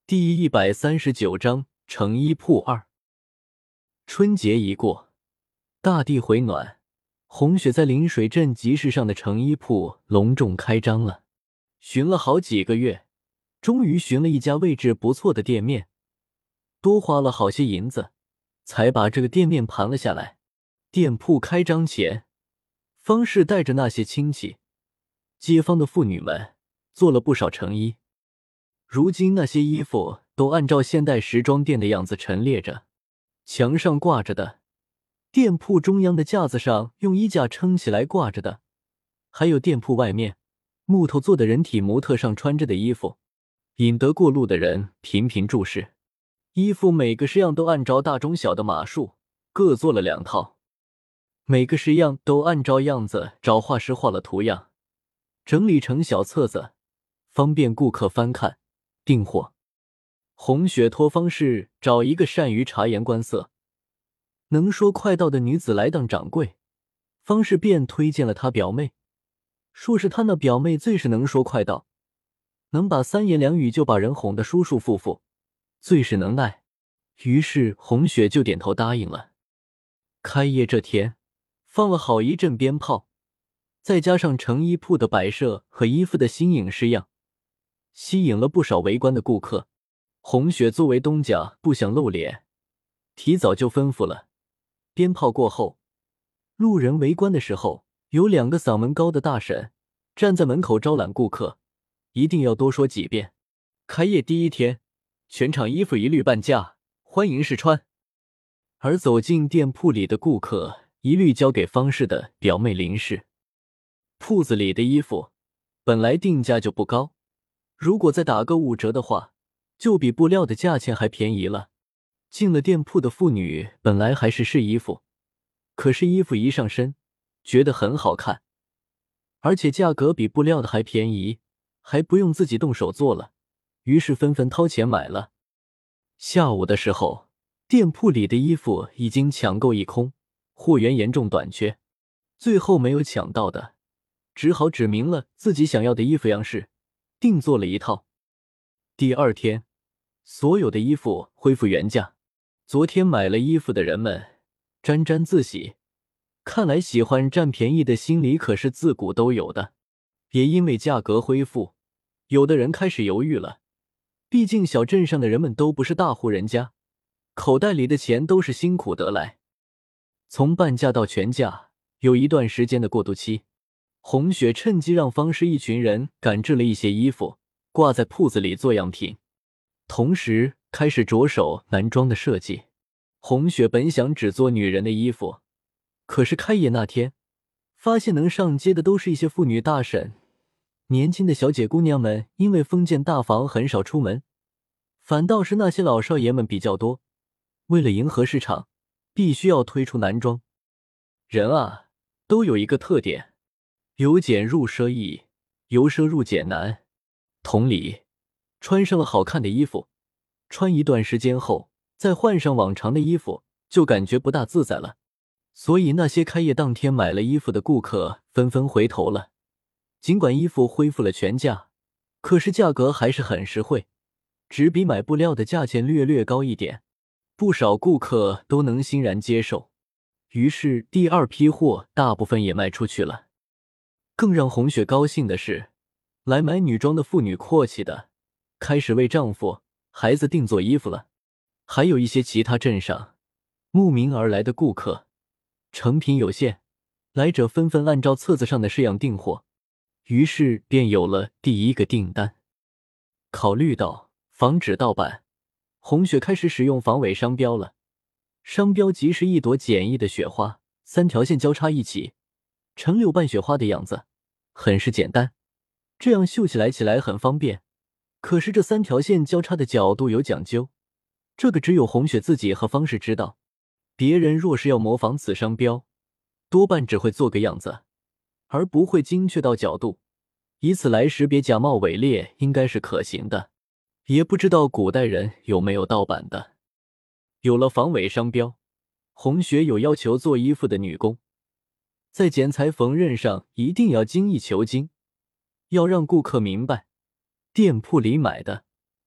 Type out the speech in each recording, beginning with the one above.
第139章成衣铺2。春节一过，大地回暖，红雪在临水镇集市上的成衣铺隆重开张了。寻了好几个月，终于寻了一家位置不错的店面，多花了好些银子，才把这个店面盘了下来。店铺开张前，方氏带着那些亲戚、街坊的妇女们做了不少成衣。如今那些衣服都按照现代时装店的样子陈列着，墙上挂着的，店铺中央的架子上用衣架撑起来挂着的，还有店铺外面木头做的人体模特上穿着的衣服，引得过路的人频频注视。衣服每个式样都按照大中小的码数各做了2套，每个式样都按照样子找画师画了图样，整理成小册子，方便顾客翻看订货。红雪托方氏找一个善于察言观色、能说快道的女子来当掌柜，方氏便推荐了她表妹，说是她那表妹最是能说快道，能把3言2语就把人哄得舒舒服服，最是能耐。于是红雪就点头答应了。开业这天，放了好一阵鞭炮，再加上成衣铺的摆设和衣服的新颖式样，吸引了不少围观的顾客。红雪作为东家不想露脸，提早就吩咐了。鞭炮过后，路人围观的时候，有2个嗓门高的大婶站在门口招揽顾客，一定要多说几遍。开业第一天，全场衣服一律半价，欢迎试穿。而走进店铺里的顾客一律交给方氏的表妹林氏。铺子里的衣服本来定价就不高，如果再打个5折的话，就比布料的价钱还便宜了。进了店铺的妇女本来还是试衣服，可是衣服一上身，觉得很好看，而且价格比布料的还便宜，还不用自己动手做了，于是纷纷掏钱买了。下午的时候，店铺里的衣服已经抢购一空，货源严重短缺，最后没有抢到的，只好指明了自己想要的衣服样式，定做了一套。第2天，所有的衣服恢复原价，昨天买了衣服的人们沾沾自喜，看来喜欢占便宜的心理可是自古都有的。也因为价格恢复，有的人开始犹豫了，毕竟小镇上的人们都不是大户人家，口袋里的钱都是辛苦得来。从半价到全价有一段时间的过渡期，红雪趁机让方氏一群人赶制了一些衣服，挂在铺子里做样品，同时开始着手男装的设计。红雪本想只做女人的衣服，可是开业那天，发现能上街的都是一些妇女大婶，年轻的小姐姑娘们因为封建大房很少出门，反倒是那些老少爷们比较多。为了迎合市场，必须要推出男装。人啊，都有一个特点，由俭入奢易，由奢入俭难。同理，穿上了好看的衣服，穿一段时间后，再换上往常的衣服，就感觉不大自在了。所以那些开业当天买了衣服的顾客纷纷回头了。尽管衣服恢复了全价，可是价格还是很实惠，只比买布料的价钱略高一点，不少顾客都能欣然接受。于是第2批货大部分也卖出去了。更让红雪高兴的是，来买女装的妇女阔气的开始为丈夫、孩子定做衣服了。还有一些其他镇上慕名而来的顾客，成品有限，来者纷纷按照册子上的式样订货，于是便有了第1个订单。考虑到防止盗版，红雪开始使用防伪商标了。商标即是一朵简易的雪花，3条线交叉一起，呈柳瓣雪花的样子，很是简单，这样绣起来很方便。可是这3条线交叉的角度有讲究，这个只有红雪自己和方氏知道。别人若是要模仿此商标，多半只会做个样子，而不会精确到角度，以此来识别假冒伪劣应该是可行的。也不知道古代人有没有盗版的。有了防伪商标，红雪有要求做衣服的女工，在剪裁缝纫上一定要精益求精，要让顾客明白，店铺里买的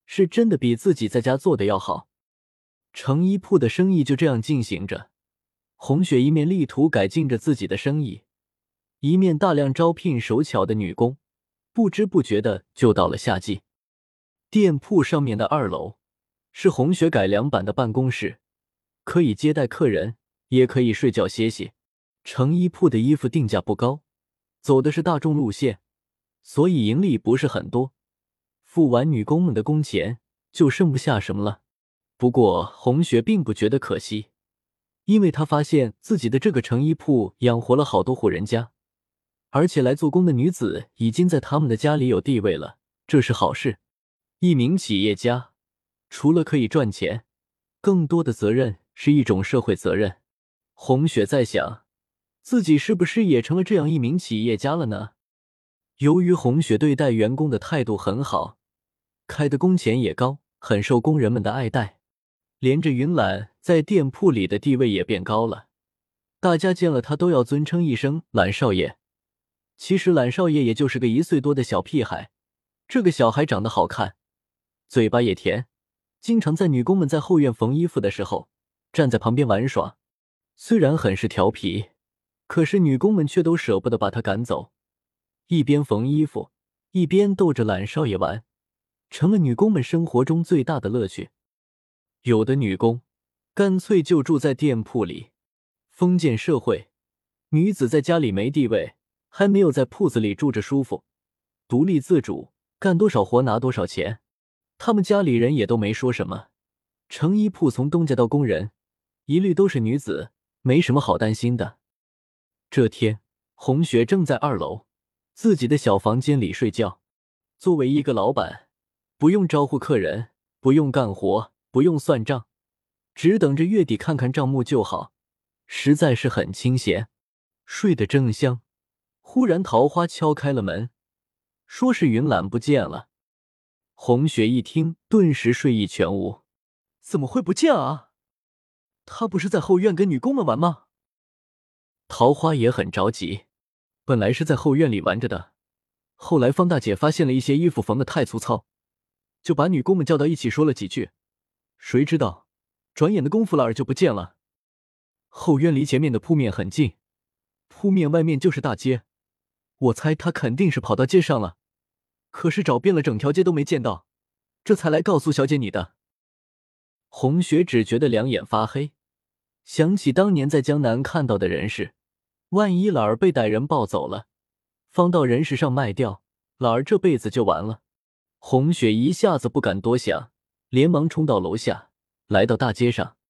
是真的比自己在家做的要好。成衣铺的生意就这样进行着，红雪一面力图改进着自己的生意，一面大量招聘手巧的女工，不知不觉的就到了夏季。店铺上面的2楼是红雪改良版的办公室，可以接待客人，也可以睡觉歇息。成衣铺的衣服定价不高，走的是大众路线，所以盈利不是很多，付完女工们的工钱就剩不下什么了。不过红雪并不觉得可惜，因为她发现自己的这个成衣铺养活了好多户人家，而且来做工的女子已经在他们的家里有地位了，这是好事。一名企业家除了可以赚钱，更多的责任是一种社会责任。红雪在想，自己是不是也成了这样一名企业家了呢？由于红雪对待员工的态度很好，开的工钱也高，很受工人们的爱戴。连着云岚在店铺里的地位也变高了，大家见了他都要尊称一声岚少爷。其实岚少爷也就是个1岁多的小屁孩，这个小孩长得好看，嘴巴也甜，经常在女工们在后院缝衣服的时候站在旁边玩耍。虽然很是调皮，可是女工们却都舍不得把他赶走，一边缝衣服一边逗着岚少爷玩，成了女工们生活中最大的乐趣。有的女工干脆就住在店铺里。封建社会，女子在家里没地位，还没有在铺子里住着舒服，独立自主，干多少活拿多少钱。他们家里人也都没说什么。成衣铺从东家到工人，一律都是女子，没什么好担心的。这天，红雪正在2楼自己的小房间里睡觉。作为一个老板，不用招呼客人，不用干活，不用算账，只等着月底看看账目就好，实在是很清闲。睡得正香，忽然桃花敲开了门，说是云岚不见了。红雪一听，顿时睡意全无。怎么会不见啊？她不是在后院跟女工们玩吗？桃花也很着急，本来是在后院里玩着的，后来方大姐发现了一些衣服缝得太粗糙，就把女工们叫到一起说了几句，谁知道转眼的功夫了儿就不见了。后院离前面的铺面很近，铺面外面就是大街，我猜她肯定是跑到街上了，可是找遍了整条街都没见到，这才来告诉小姐你的。红雪只觉得两眼发黑，想起当年在江南看到的人事，万一老儿被歹人抱走了，放到人世上卖掉，老儿这辈子就完了。红雪一下子不敢多想，连忙冲到楼下，来到大街上。